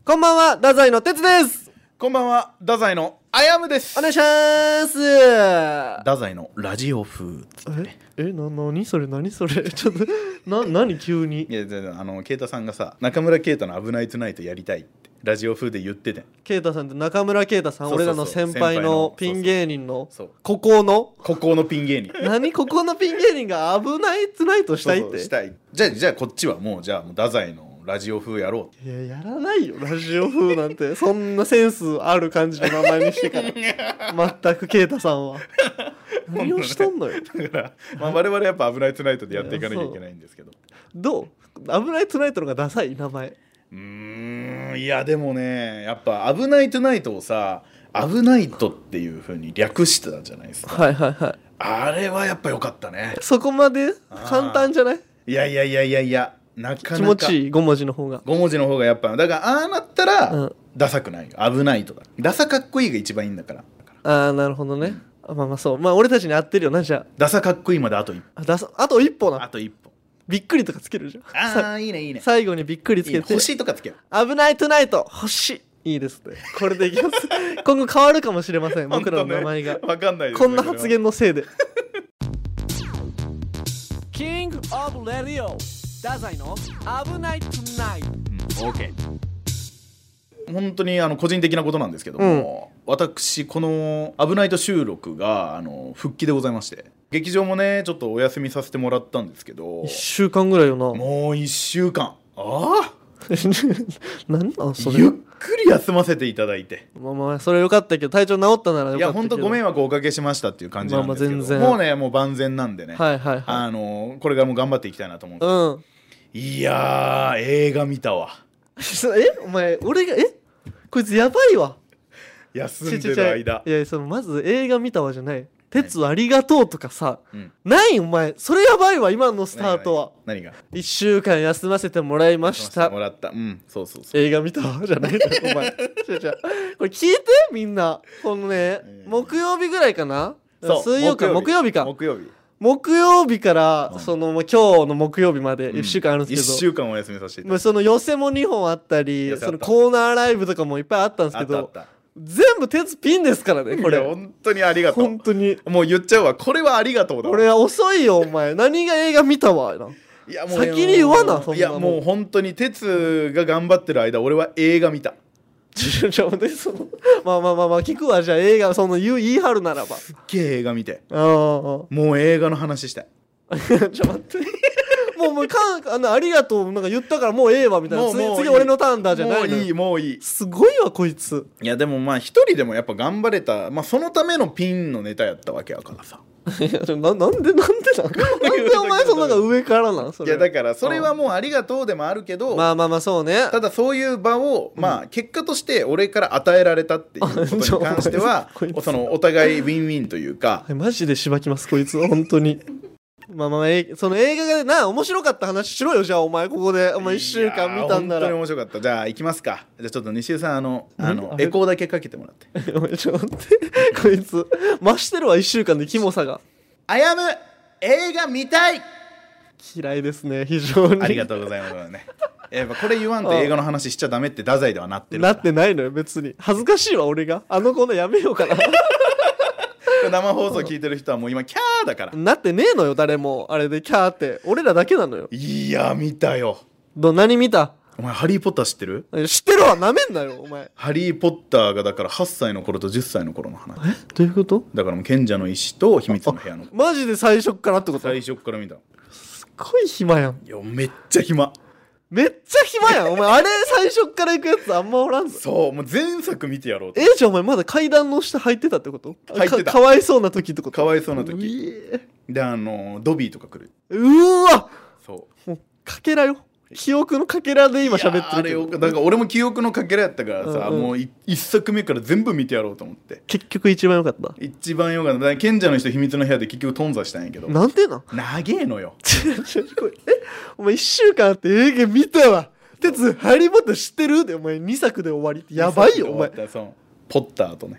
こんばんは、太宰の哲です。 こんばんは、太宰のあやむです。 お願いします。 太宰のラジオ風。 何それちょっと何急に。 いや啓太さんがさ、中村啓太の危ないトゥナイトやりたいってラジオ風で言ってて。 啓太さんって中村啓太さん、俺らの先輩のピン芸人の孤高のピン芸人。 何孤高のピン芸人が危ないトゥナイトしたいって。 そうしたい。じゃあこっちはもう太宰のラジオ風やろう。いややらないよラジオ風なんて。そんなセンスある感じの名前にしてから全く啓太さんは何をしとんのよ。 だから、我々やっぱ危ないトゥナイトでやっていかなきゃいけないんですけど。 どう危ないトゥナイトのがダサい名前。 いやでもね、やっぱ危ないトゥナイトをさ、危ないとっていう風に略してたじゃないですか。 はいはいはい。 あれはやっぱ良かったね。 そこまで簡単じゃない？ いやなかなか気持ちいい。5文字の方がやっぱだからああなったら、ダサくないよ。危ないとだ。ダサかっこいいが一番いいんだから。 ああなるほどね、まあそう。まあ俺たちに合ってるよな。じゃあダサかっこいいまであと一歩。 あと一歩な。 あと一歩。 びっくりとかつけるじゃん。 ああいいね最後にびっくりつけて星とかつける。 危ないトゥナイト星いいですね。これでいきます今後変わるかもしれません僕らの名前が。 分かんないです、 こんな発言のせいでキングオブレディオ太宰の危ないトゥナイト。 オーケー。本当に個人的なことなんですけども、私この「危ないと」収録が復帰でございまして、劇場もねちょっとお休みさせてもらったんですけど、 1週間ぐらいよな。 もう1週間なんなんそれ。 ゆっくり休ませていただいて、 まあそれよかったけど、体調治ったならよかったけど。 いや本当ご迷惑をおかけしましたっていう感じなんですけど、 全然もう万全なんでね、 はいはいはい、 これからも頑張っていきたいなと思うんですけど、いやー映画見たわお前俺がこいつやばいわ。 休んでる間。 いやまず映画見たわじゃない。鉄ありがとうとかさ、ないお前それやばいわ。今のスタートは何が 1週間休ませてもらいました。 そう映画見たわじゃないお前これ聞いてみんな。このね、木曜日ぐらいかな。水曜か木曜日からその今日の木曜日まで1週間あるんですけど、 1週間お休みさせていただいて、 その寄せも2本あったり、そのコーナーライブとかもいっぱいあったんですけど、全部鉄ピンですからねこれ。 本当にありがとう。 本当にもう言っちゃうわ、これはありがとうだわ。 俺は遅いよお前。何が映画見たわな。 いやもう先に言わな。そんな。 いやもう本当に鉄が頑張ってる間俺は映画見た。 まあ聞くわ。じゃあ映画言い張るならばすっげえ映画見て、 もう映画の話したいちょっと待ってもうありがとうなんか言ったからもうええわみたいな。次俺のターンだじゃないの。 もういいすごいわこいつ。 いやでも一人でもやっぱ頑張れた、そのためのピンのネタやったわけやからさ。 なんでお前そんなの上からなんそれ。 いやだからそれはもうありがとうでもあるけど、 まあそうね。 ただそういう場を結果として俺から与えられたっていうことに関してはそのお互いウィンウィンというかマジでしばきますこいつ本当にその映画が面白かった話しろよ。じゃあお前ここでお前1週間見たんなら。 本当に面白かった。じゃあ行きますか。じゃあちょっと西尾さんエコーだけかけてもらってちょっと待ってこいつ増してるわ1週間でキモさが。 あやむ映画見たい。 嫌いですね非常に。 ありがとうございますね。やっぱこれ言わんと映画の話しちゃダメって太宰ではなってる。 なってないのよ別に。恥ずかしいわ俺がコーナーやめようかな生放送聞いてる人はもう今キャーだから。 なってねえのよ誰も。あれでキャーって俺らだけなのよ。 いや見たよ。 何見た？ お前ハリーポッター知ってる？ 知ってるわ。なめんなよお前。 ハリーポッターがだから8歳の頃と10歳の頃の話。 どういうこと？ だからもう賢者の石と秘密の部屋の。 マジで最初っからってこと？ 最初っから見た。 すっごい暇やん。 いやめっちゃ暇。 めっちゃ暇やんお前。あれ最初っから行くやつあんまおらんぞ。 そうもう前作見てやろうと。 じゃあお前まだ階段の下入ってたってこと？ 入ってた。 かわいそうな時ってこと？ かわいそうな時でドビーとか来る。 わそうもうかけらよ。記憶のかけらで今喋ってるけど。 だから俺も記憶のかけらやったからさ、もう一作目から全部見てやろうと思って。 結局一番良かった。 一番良かった。だから賢者の石と秘密の部屋で結局頓挫したんやけど。 なんでなん？ 長えのよお前1週間あって映画見たわ。ハリーポッター知ってるでお前2作で終わりってやばいよお前。 ポッターとね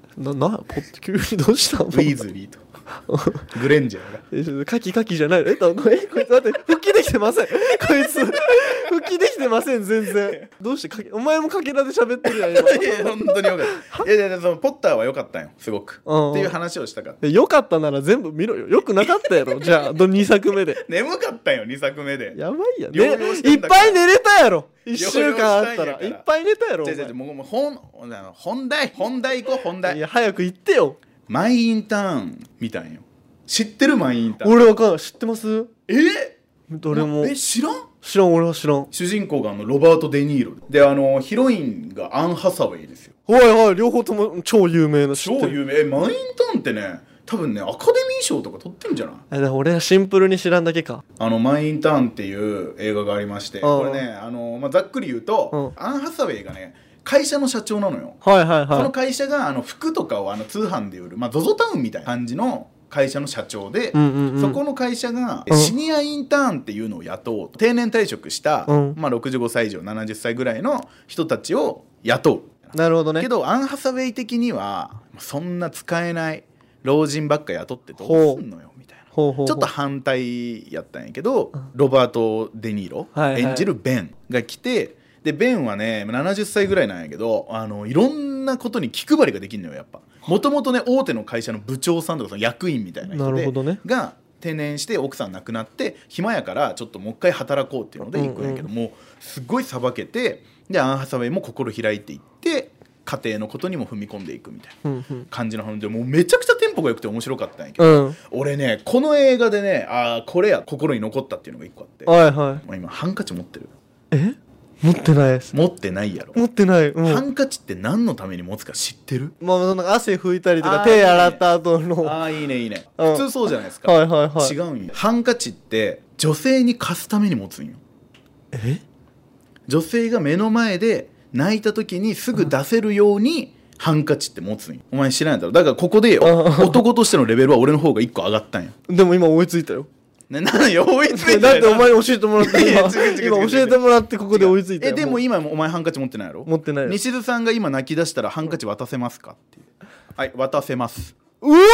急にどうしたのウィーズリーとグレンジャーがカキカキじゃないのこいつ待って復帰できてませんこいつ復帰できてません全然どうしてお前もかけらで喋ってるやん今いや本当によかったいやそのポッターは良かったんよすごくっていう話をしたかったよかったなら全部見ろよよくなかったやろじゃあ2作目で眠かったよ2作目でやばいやん、 療養していっんだからぱい寝れたやろ1週間あったら療養したんやからいっぱい寝たやろ違うもう本題行こう本題いや早く言ってよマイインターン見たんよ知ってるマイインターン俺わかんない知ってますえどれも知らん俺は知らん主人公がロバート・デ・ニーロでヒロインがアン・ハサウェイですよはい両方とも超有名な超有名マインターンってね多分ねアカデミー賞とか取ってんじゃないだから俺はシンプルに知らんだけかマインターンっていう映画がありましてこれねざっくり言うとアン・ハサウェイがね会社の社長なのよはいはいはいその会社が服とかを通販で売るZOZOタウンみたいな感じの会社の社長で、そこの会社がシニアインターンっていうのを雇おうと定年退職した、65歳以上70歳ぐらいの人たちを雇うなるほどねけどアン・ハサウェイ的にはそんな使えない老人ばっか雇ってどうすんのよみたいなちょっと反対やったんやけどロバート・デ・ニーロ、演じるベンが来てでベンはね70歳ぐらいなんやけどいろんなことに気配りができるのよやっぱもともとね大手の会社の部長さんとかその役員みたいな人で、ね、が定年して奥さん亡くなって暇やからちょっともう一回働こうっていうので行くんやけど、もうすごいさばけてでアン・ハサウェイも心開いていって家庭のことにも踏み込んでいくみたいな感じの話でもうめちゃくちゃテンポが良くて面白かったんやけど、俺ねこの映画でねこれや心に残ったっていうのが一個あって、もう今ハンカチ持ってる持ってないです持ってないやろ持ってない、 ハンカチって何のために持つか知ってる？ なんか汗拭いたりとか手洗った後のいいね普通そうじゃないですか違うんよハンカチって女性に貸すために持つんよ女性が目の前で泣いた時にすぐ出せるようにハンカチって持つんよお前知らないだろだからここでよ男としてのレベルは俺の方が1個上がったんよでも今追いついたよなんよ追いついただってお前教えてもらって今教えてもらってここで追いついたよでも今お前ハンカチ持ってないやろ持ってないよ西津さんが今泣き出したらハンカチ渡せますかっていうはい渡せますうえ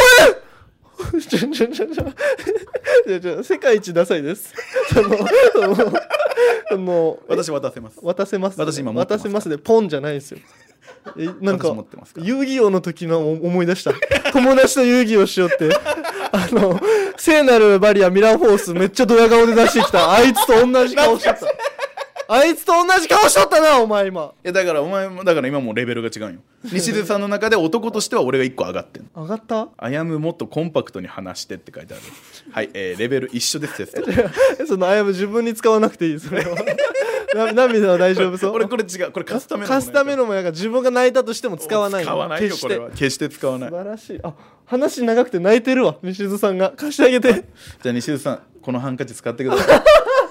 世界一ダサいです私渡せます渡せます、ね、 私今持ってます渡せますでポンじゃないですよなんか遊戯王の時の思い出した友達と遊戯王しようって聖なるバリアミラーフォースめっちゃドヤ顔で出してきたあいつと同じ顔しとったあいつと同じ顔しとったなお前今だから今もうレベルが違うんよ西出さんの中で男としては俺が1個上がってん上がったあやむもっとコンパクトに話してって書いてあるはいレベル一緒ですそのあやむ自分に使わなくていいそれは涙は大丈夫そうこれ違うこれ貸すための貸すためのもやが自分が泣いたとしても使わない使わないよこれは決して使わない素晴らしい話長くて泣いてるわ西津さんが貸してあげてじゃあ西津さんこのハンカチ使ってください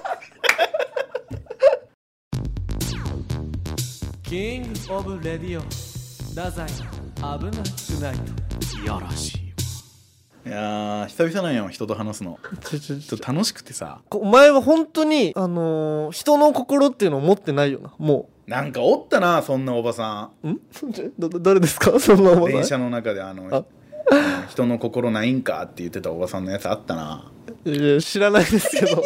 キングオブレディオ太宰危なくないといやらしいいや久々なんや人と話すのちょっと楽しくてさお前は本当に人の心っていうのを持ってないよなもうなんかおったなそんなおばさん誰ですかそんなおばさん電車の中で人の心ないんかって言ってたおばさんのやつあったないや知らないですけど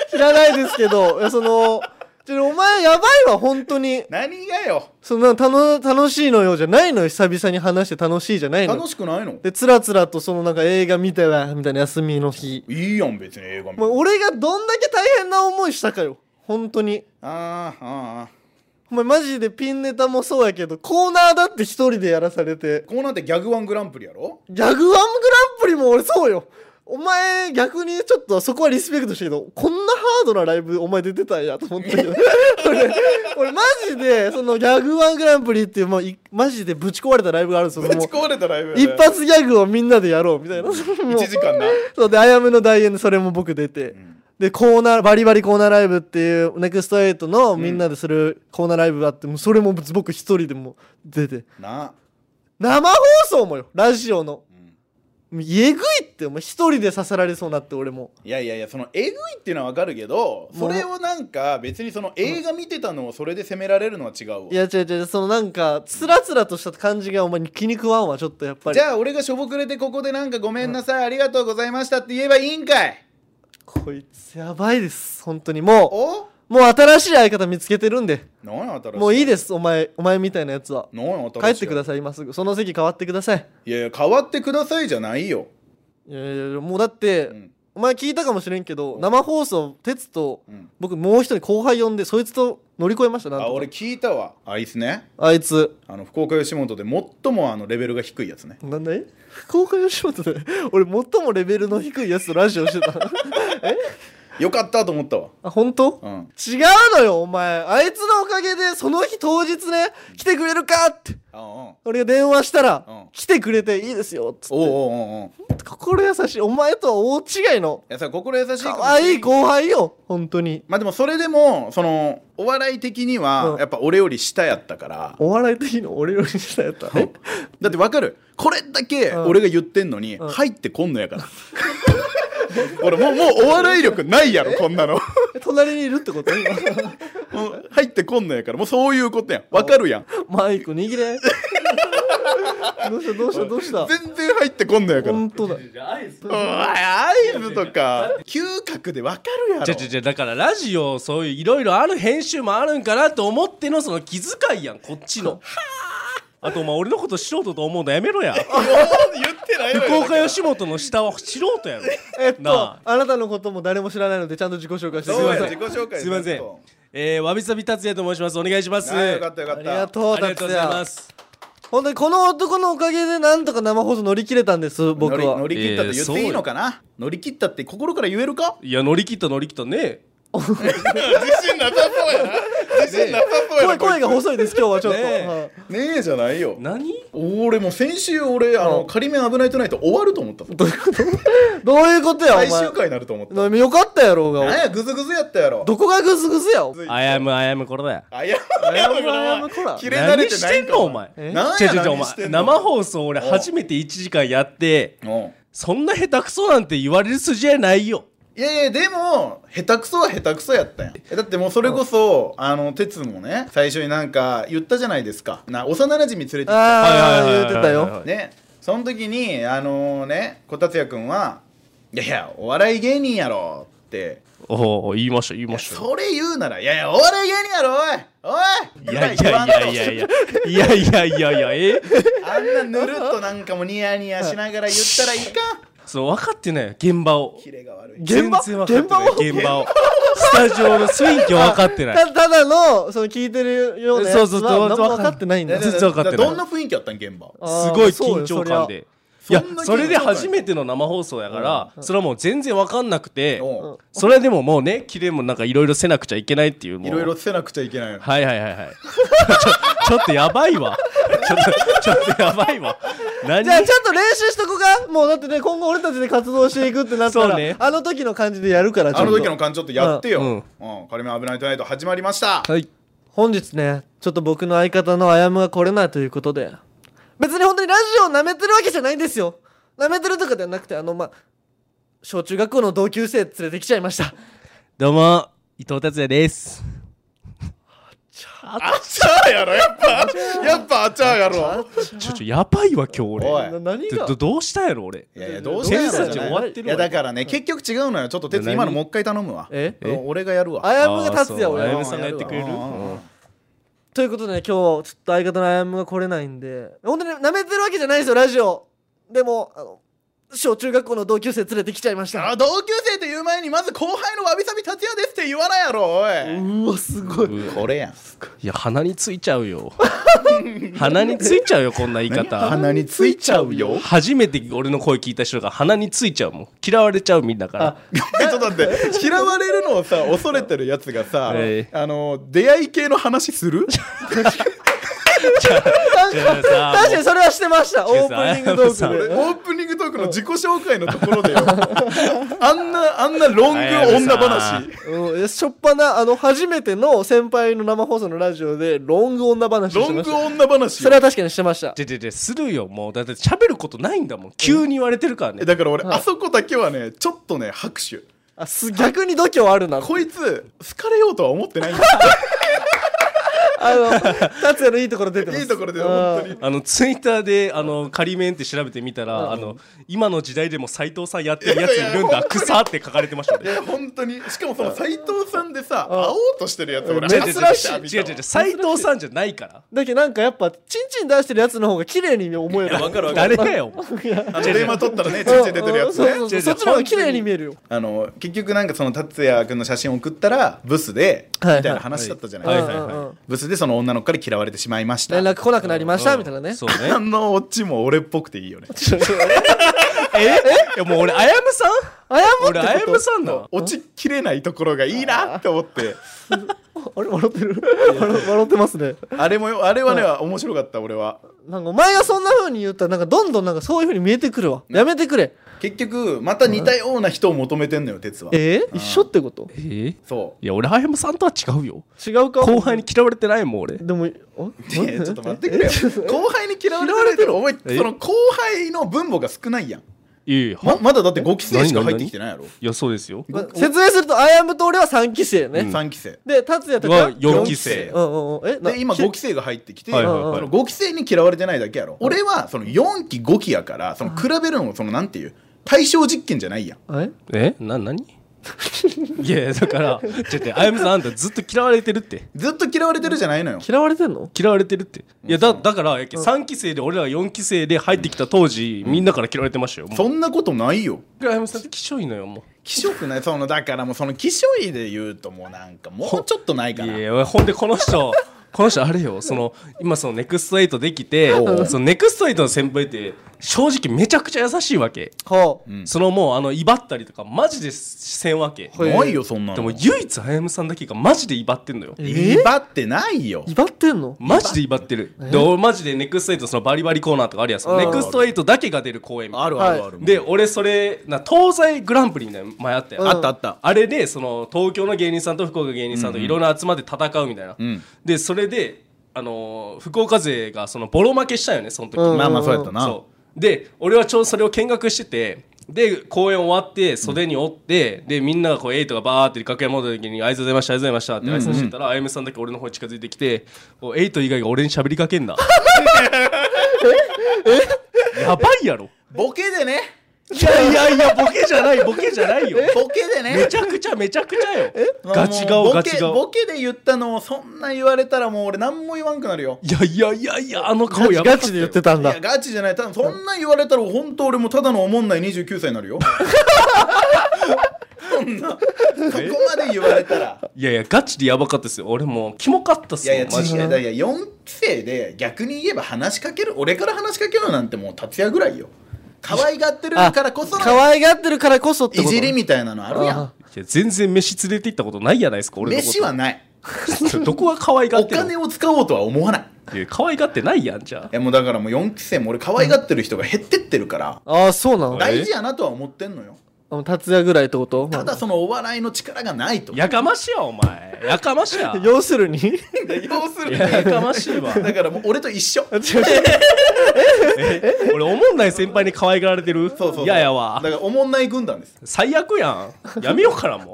お前やばいわ本当に何がよそんな楽しいのよじゃないのよ久々に話して楽しいじゃないの楽しくないのでつらつらとなんか映画見てわみたいな休みの日いいやん別に映画見て俺がどんだけ大変な思いしたかよ本当にお前マジでピンネタもそうやけどコーナーだって一人でやらされてコーナーってギャグワングランプリやろギャグワングランプリも俺そうよお前逆にちょっとそこはリスペクトしてけどこんなハードなライブお前出てたんやと思ったけど俺マジでそのギャグワングランプリっていうマジでぶち壊れたライブがあるんですよぶち壊れたライブ、 一発ギャグをみんなでやろうみたいな 1時間なそうであやむの代演でそれも僕出て、でバリバリコーナーライブっていうネクスト8のみんなでするコーナーライブがあってもそれも僕一人でも出て生放送もよラジオのえぐいってお前一人でさせられそうになって俺もいやそのえぐいっていうのは分かるけどそれをなんか別にその映画見てたのをそれで責められるのは違うわ。 いや違うそのなんかつらつらとした感じがお前に気に食わんわちょっとやっぱり。 じゃあ俺がしょぼくれてここでなんかごめんなさい、ありがとうございましたって言えばいいんかい。 こいつやばいです本当にもおう新しい相方見つけてるんで何や新しいもういいですお前みたいなやつは何や新しい帰ってください今すぐその席変わってください。 いや変わってくださいじゃないよ。 いやもうだって、お前聞いたかもしれんけど生放送鉄と、僕もう一人後輩呼んでそいつと乗り越えました。なんとか俺聞いたわ。あいつねあいつ福岡吉本で最もレベルが低いやつね。 なんで福岡吉本で俺最もレベルの低いやつとラジオしてたよかったと思ったわ。 本当、違うのよお前あいつのおかげでその日当日ね来てくれるかって俺が電話したら、来てくれていいですよっつって心優しいお前とは大違いの心優しい可愛い後輩よ本当に。 でもそれでもそのお笑い的にはやっぱ俺より下やったから、 お笑い的に俺より下やっただって分かるこれだけ俺が言ってんのに入ってこんのやから俺もうお笑い力ないやろこんなの隣にいるってこと今もう入ってこんのやからもうそういうことやん分かるやん。 マイク握れどうした全然入ってこんのやから。 本当だ合図とか嗅覚で分かるやろ。 だからラジオそういういろいろある編集もあるんかなと思ってのその気遣いやんこっちのあとお前俺のこと素人と思うのやめろや言ってないよ福岡吉本の下は素人やろあなたのことも誰も知らないのでちゃんと自己紹介してください。自己紹介すいませんわびさび達也と申しますお願いします。 よかったありがとうありがとうございます。 本当にこの男のおかげでなんとか生放送乗り切れたんです僕は。 乗り切ったって言っていいのかな。乗り切ったって心から言えるか。 いや乗り切ったね自信なさそうやな。自信なさそうやな。 声が細いです今日はちょっとねえじゃないよ。 何俺もう先週仮面危ないトゥナイト終わると思ったぞ。 どういうことやお前。 最終回になると思った。 よかったやろうが。 なんやグズグズやったやろ。 どこがグズグズや。 あやむこれだよ。 あやむこら。 切れ慣れてないんかお前。違うお前生放送俺初めて1時間やってそんな下手くそなんて言われる筋合いないよ。 いやでも下手くそは下手くそやったんや。だってもうそれこそ鉄もね最初になんか言ったじゃないですか。幼馴染連れて行った言ってたよね。その時に小達也君はいやお笑い芸人やろって言いましたそれ言うならいやお笑い芸人やろおいいやあんなぬるっとなんかもニヤニヤしながら言ったらいかん。 そう分かってない現場をキレが悪い現場をスタジオの雰囲気を分かってないただのその聞いてるようなやつは何も分かってないんだ。 全然分かってない。 どんな雰囲気あったん現場。 すごい緊張感でいやそれで初めての生放送やからそれはもう全然分かんなくてそれでももうねキレもなんかいろいろせなくちゃいけないっていういろいろせなくちゃいけないはいちょっとやばいわちょっとやばいわじゃあちゃんと練習しとこか。もうだってね今後俺たちで活動していくってなったらあの時の感じでやるからあの時の感じちょっとやってよ。仮面危ないトゥナイト始まりました。 はい本日ねちょっと僕の相方のあやむが来れないということで別に本当にラジオを舐めてるわけじゃないんですよ。舐めてるとかではなくて小中学校の同級生連れてきちゃいました。 どうも伊藤達也です。 あっちゃーやろやっぱあっちゃーやろ。 やばいわ今日俺。 何がどうしたやろ俺。 いやどうしたやろ終わってるわ。 いやだからね結局違うのよ。ちょっと鉄今のもう一回頼むわ。俺がやるわ。 あやむが達也をあやむさんがやってくれる。 ということでね今日ちょっと相方のあやむが来れないんで本当に舐めてるわけじゃないですよラジオ。でも小中学校の同級生連れてきちゃいました。 同級生という前にまず後輩のわびさび達也ですって言わないやろおい。 うわすごいこれやん。 いや鼻についちゃうよ鼻についちゃうよこんな言い方。 鼻についちゃうよ。 初めて俺の声聞いた人が鼻についちゃうもん。嫌われちゃうみんなから。 ちょっと待って嫌われるのをさ恐れてるやつがさ出会い系の話する関確かにそれはしてました。オープニングトークで。 オープニングトークの自己紹介のところでよあんなロング女話、 しょっぱな初めての先輩の生放送のラジオでロング女話してました。 ロング女話それは確かにしてました。 するよ。もうだって喋ることないんだもん。急に言われてるからね。 だから俺、あそこだけはねちょっとね拍手。 逆に度胸あるな。 こいつ好かれようとは思ってないんだ達也のいいところ出てます。 いいところで本当にツイッターで仮面って調べてみたら今の時代でも斉藤さんやってるやついるんだ草って書かれてましたね。 いや本当にしかもその斉藤さんでさ会おうとしてるやつ俺珍しい。 違う斉藤さんじゃないからだけどなんかやっぱチンチン出してるやつの方が綺麗に思える。 わかるわかる。 誰かよ電話取ったらねチンチン出てるやつね。 そっちの方が綺麗に見えるよ。 結局なんかその達也君の写真を送ったらブスでみたいな話だったじゃないですか。ブスでその女の子から嫌われてしまいました。 連絡来なくなりましたみたいなね。 そうね。 オチも俺っぽくていいよね。 もう俺あやむさん俺あやむさんだ。 落ちきれないところがいいなって思ってあれ笑ってる笑ってますね。 あれはね面白かった。俺はなんかお前がそんな風に言ったらなんかどんどんなんかそういう風に見えてくるわ。やめてくれ。 結局また似たような人を求めてんのよ哲は。 一緒ってこと？ そういや俺あやむさんとは違うよ。 違うか。 後輩に嫌われてないもん俺。 でもちょっと待ってくれよ。後輩に嫌われてる。お前その後輩の分母が少ないやん。まだだって5期生しか入ってきてないやろ。 いやそうですよ。 説明するとあやむと俺は3期生ね。 3期生で達也とか 4期生。 で今5期生が入ってきて、その5期生に嫌われてないだけやろ。俺はその4期5期やからその比べるのもそのなんていう対象実験じゃないやん。 何いやだからあやむさんあんたずっと嫌われてるって。 ずっと嫌われてるじゃないのよ。 嫌われてんの？ 嫌われてるって。いやだから3期生で俺らが4期生で入ってきた当時みんなから嫌われてましたよ。 そんなことないよ。 あやむさんってきしょいのよ。もうきしょくない。だからもうそのきしょいで言うともうなんかもうちょっとないかな。 いやほんでこの人あれよ。今そのネクスト8できてそのネクスト8の先輩って正直めちゃくちゃ優しいわけ。もう威張ったりとかマジでせんわけ。 ないよそんなの。 でも唯一あやむさんだけがマジで威張ってんのよ。 威張ってないよ。 威張ってんの？ マジで威張ってる。で俺マジでネクスト8そのバリバリコーナーとかあるやつ。ネクスト8だけが出る公演みたいな。 ある。 で俺それ東西グランプリみたいな前あったよ。 あった。 あれでその東京の芸人さんと福岡芸人さんといろんな集まって戦うみたいな。でそれで福岡勢がそのボロ負けしたよねその時。 まあそうやったな。 で俺はちょうどそれを見学してて、で公演終わって袖におって、でみんながこうエイトがバーって楽屋戻った時に「ありがとうございましたありがとうございました」って挨拶してたら、あやむさんだけ俺の方に近づいてきてエイト以外が俺に喋りかけんなやばいやろ。 ボケでね。 いやボケじゃないよ。ボケでね。めちゃくちゃよ。ガチ顔。 ボケで言ったのをそんな言われたらもう俺何も言わんくなるよ。 いやあの顔やばかったよ。 ガチで言ってたんだ。 いやガチじゃない。ただそんな言われたら本当俺もただのおもんない29歳になるよ。そこまで言われたら。 いやガチでやばかったですよ。俺もうキモかったっすよ。 いや4期生で逆に言えば話しかける、俺から話しかけるなんてもう達也ぐらいよ。可愛がってるからこそ可愛がってるからこそってこと。 いじりみたいなのあるやん。 いや全然飯連れて行ったことないじゃないですか俺のこと。 飯はないどこが可愛がってるの。 お金を使おうとは思わない。 いや可愛がってないやん。じゃあもうだからもう4期生も俺可愛がってる人が減ってってるから、 そうなの。 大事やなとは思ってんのよ。 達也ぐらいってこと？ ただそのお笑いの力がないと。 やかましやお前。やかましや。 要するにやかましいわ。 だからもう俺と一緒。 俺おもんない先輩に可愛がられてる。 そう嫌やわ。 だからおもんない軍団です。 最悪やん。やめようかなもう。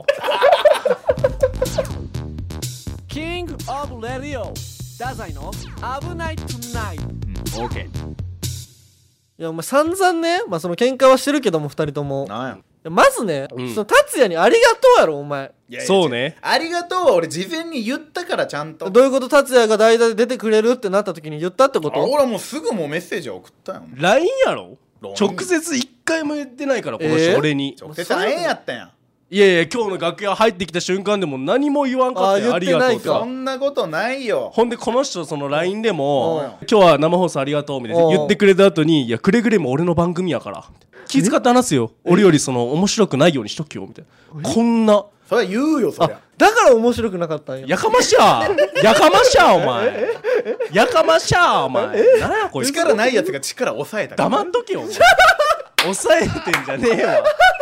キングオブレディオ太宰の危ないトゥナイト。 オーケー。 いやお前散々ね、その喧嘩はしてるけども2人とも。 なんやまずね、その達也にありがとうやろお前。 そうね。 ありがとうは俺事前に言ったからちゃんと。 どういうこと？達也が代打で出てくれるってなった時に言ったってこと？ 俺はもうすぐもうメッセージを送ったよ。 LINE やろ。直接一回も言ってないからこの人俺に。 直接会えんやったやん。 いや今日の楽屋入ってきた瞬間でも何も言わんかったよ。ありがとうって。 そんなことないよ。 ほんでこの人その LINE でも今日は生放送ありがとうみたいな言ってくれた後に、いやくれぐれも俺の番組やから気遣って話すよ。俺よりその面白くないようにしときよみたいな。こんなそれは言うよそりゃ。 だから面白くなかったんや。 やかましゃやかましゃお前やかましゃお前なんやこいつ力ないやつが力抑えたから黙んとけよお前抑えてんじゃねえわ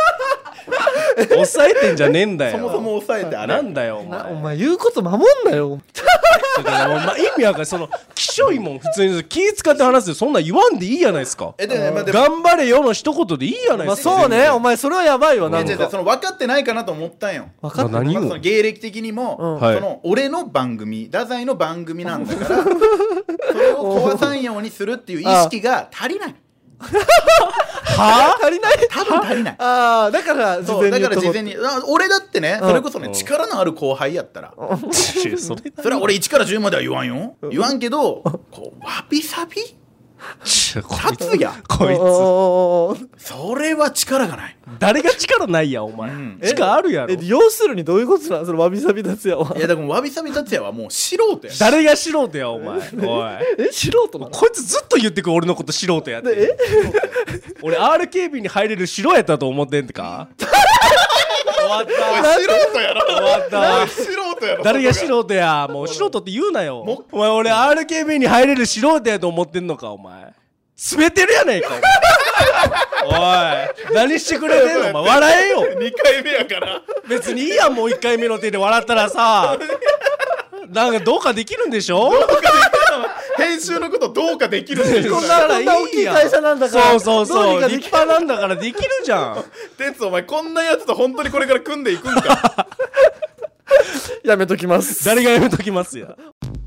抑えてんじゃねえんだよそもそも抑えてあれなんだよお前お前言うこと守んなよ。 意味わかんないそのきしょいもん普通に気使って話すよそんな言わんでいいやないですかでも頑張れよの一言でいいやないまあですかそうね、お前それはやばいわ。なんかその分かってないかなと思ったんよ。 分かって何をまずその芸歴的にも、 はいその俺の番組太宰の番組なんだからそれを壊さんようにするっていう意識が足りないは足りない。 多分足りないああ、だから事前にだ言っとこうから事前に俺だってねそれこそね力のある後輩やったらそれそれは俺1から10までは言わんよ言わんけどこうわびさび達也こいおーそれは力がないつ誰が力ないやお前力あるやろ要するにどういうことなんそのわびさび達也は。 いやだからわびさび達也はもう素人や誰が素人やお前おい素人なの？ こいつずっと言ってくる俺のこと素人やって俺 RKB に入れる素人やったと思ってんか終わった素人やろ終わった素人やろ誰が素人やもう素人って言うなよお前俺 RKB に入れる素人やと思ってんのかお前滑ってるやねえかお前おい何してくれてんのお前笑えよ 2回目やから別にいいやんもう1回目の手で笑ったらさなんかどうかできるんでしょ編集のことどうかできるんですよこんな大きい会社なんだからそうどうにかでき立派なんだからできるじゃん哲お前こんなやつと本当にこれから組んでいくんかやめときます。 誰がやめときますや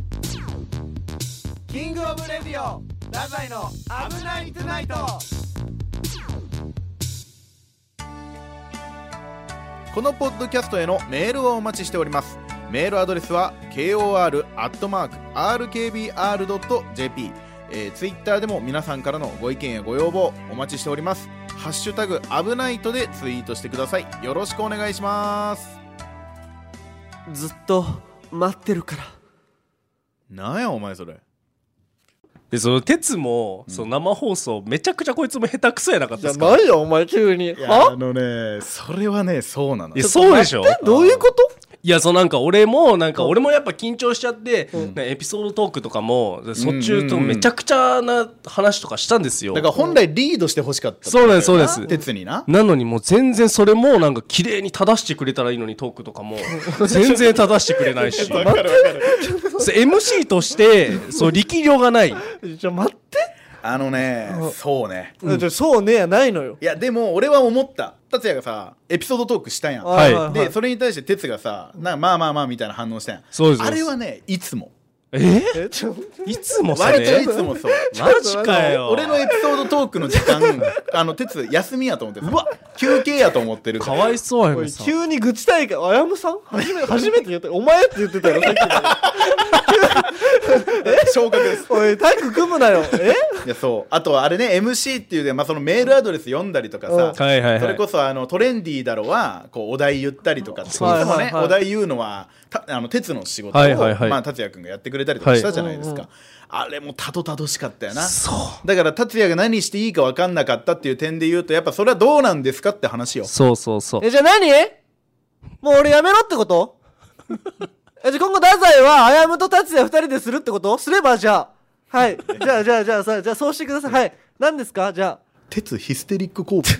キングオブレディオ太宰の危ないトゥナイト。 このポッドキャストへのメールをお待ちしております。メールアドレスは kor@rkbr.jp、ツイッターでも皆さんからのご意見やご要望お待ちしております。ハッシュタグ危ないとでツイートしてください。よろしくお願いします。 ずっと待ってるから。 なんやお前それ。 でその鉄も、その生放送めちゃくちゃこいつも下手くそやなかったじゃですかないよお前急に。 いやはねそれはねそうなの。 いやそうでしょどういうこと？ いやそうなんか俺もやっぱ緊張しちゃって、エピソードトークとかもそっちとめちゃくちゃな話とかしたんですよ。 だから本来リードしてほしかったそうなんですそうです鉄にな。 なのにもう全然それもなんか綺麗に正してくれたらいいのにトークとかも全然正してくれないしわかるわかる。 MC としてそう力量がないじゃあ待って。 そうね。 そうねやないのよ。 いやでも俺は思った。達也がさエピソードトークしたやん。 はいでそれに対して哲がさまあまあまあみたいな反応したやん。 そうですあれはねいつもいつもそ割といれつもそう。 マジかよ俺のエピソードトークの時間哲休みやと思ってさ休憩やと思ってるかわいそうやおいめさん急に愚痴大会あやむさん初めて言ったお前って言ってたよさっきまで昇格です。 おいタッグ組むなよ。 いやそうあとはあれね MC っていうで、そのメールアドレス読んだりとかさ、 はいはいはいそれこそトレンディーだろはこうお題言ったりとかっていつもはいはいねはいお題言うのは哲の仕事を、 はいはいはい達也君がやってくれたりとかしたじゃないですか、あれもたどたどしかったよな。 そうだから達也が何していいか分かんなかったっていう点で言うとやっぱそれはどうなんですかって話よ。 そうそうそうじゃあ何もう俺やめろってことじゃあ今後太宰はあやむと達也2人でするってことすればじゃあはいじゃあそうしてください。はい何ですかじゃあ哲ヒステリックコープ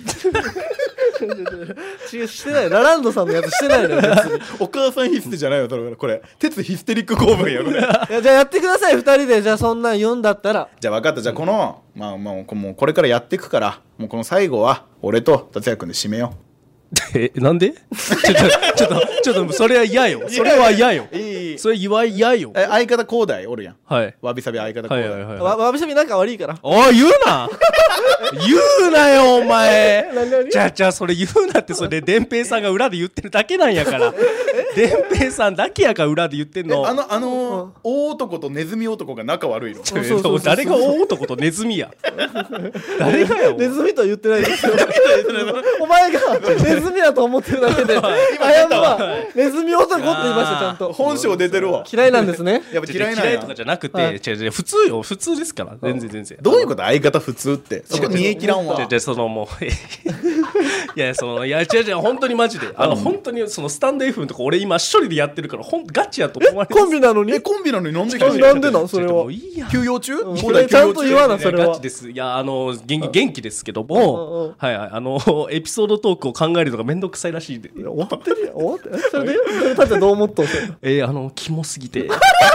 してないラランドさんのやつしてないのよ別に。 お母さんヒステじゃないよこれ哲ヒステリック公文やこれいやじゃあやってください2人で。じゃあそんなん言うんだったらじゃあ分かった。じゃあこのもうこれからやっていくからもうこの最後は俺と達也君で締めよなんでちょっとそれは嫌よそれは嫌よう。いいそれ嫌よ相方広大おるやん。 はいわびさび相方広大、 はいはいはいわびさび仲悪いから。 おい言うな言うなよお前じゃあそれ言うなってそれでんぺいさんが裏で言ってるだけなんやからでんぺいさんだけやから裏で言ってんの大男とネズミ男が仲悪いの。 そう誰が大男とネズミや誰がよネズミとは言ってないですよお前がネズミだと思ってるだけであやむはネズミ男って言いましたちゃんと。 本性出てるわ。 嫌いなんですね。 やっぱ嫌いなんや嫌いとかじゃなくて、 はい違う普通よ普通ですから全然どういうこと相方普通ってそこ見え切らんわ。 じゃそのもういやいや違う本当にマジで本当にそのスタンド F のとか俺今一人でやってるからガチやと思われてコンビなのにコンビなのになんでなんでなんそれはもういいや休養中ちゃんと言わなそれはガチです。いや元気ですけども、はいはいエピソードトークを考えるのがめんどくさいらしいで。 終わってる終わってそれでたちはどう思ったのキモすぎて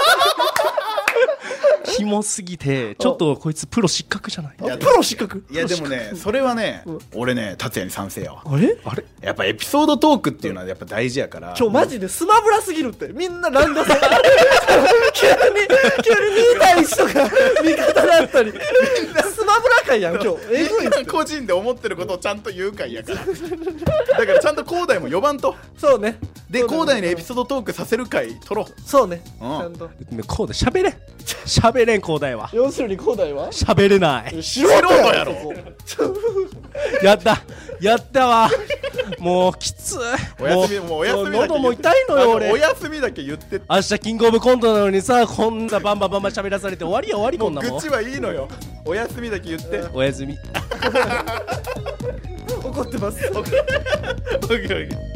キモすぎてちょっとこいつプロ失格じゃない。 プロ失格。 いやでもねそれはね俺ね達也に賛成やわ。 あれやっぱエピソードトークっていうのはやっぱ大事やから。 今日マジでスマブラすぎるってみんなランダム急に2対1とか味方だったりスマブラ会やん今日。 えぐいって個人で思ってることをちゃんと言う会やからだからちゃんと広大も呼ばんと。 そうね。 で広大にエピソードトークさせる会取ろう。 そうね、 うん、 ちゃんと広大喋れん広大は。 要するに広大は喋れない。 素人やろやったわもうきつい。 お休みもうお休みだけ喉も痛いのよ俺。 お休みだけ言って明日キングオブコントなのにさこんなバンバン喋らされて終わりこんなもん。 愚痴はいいのよ。お休みだけ言ってお休み怒ってます。 オッケー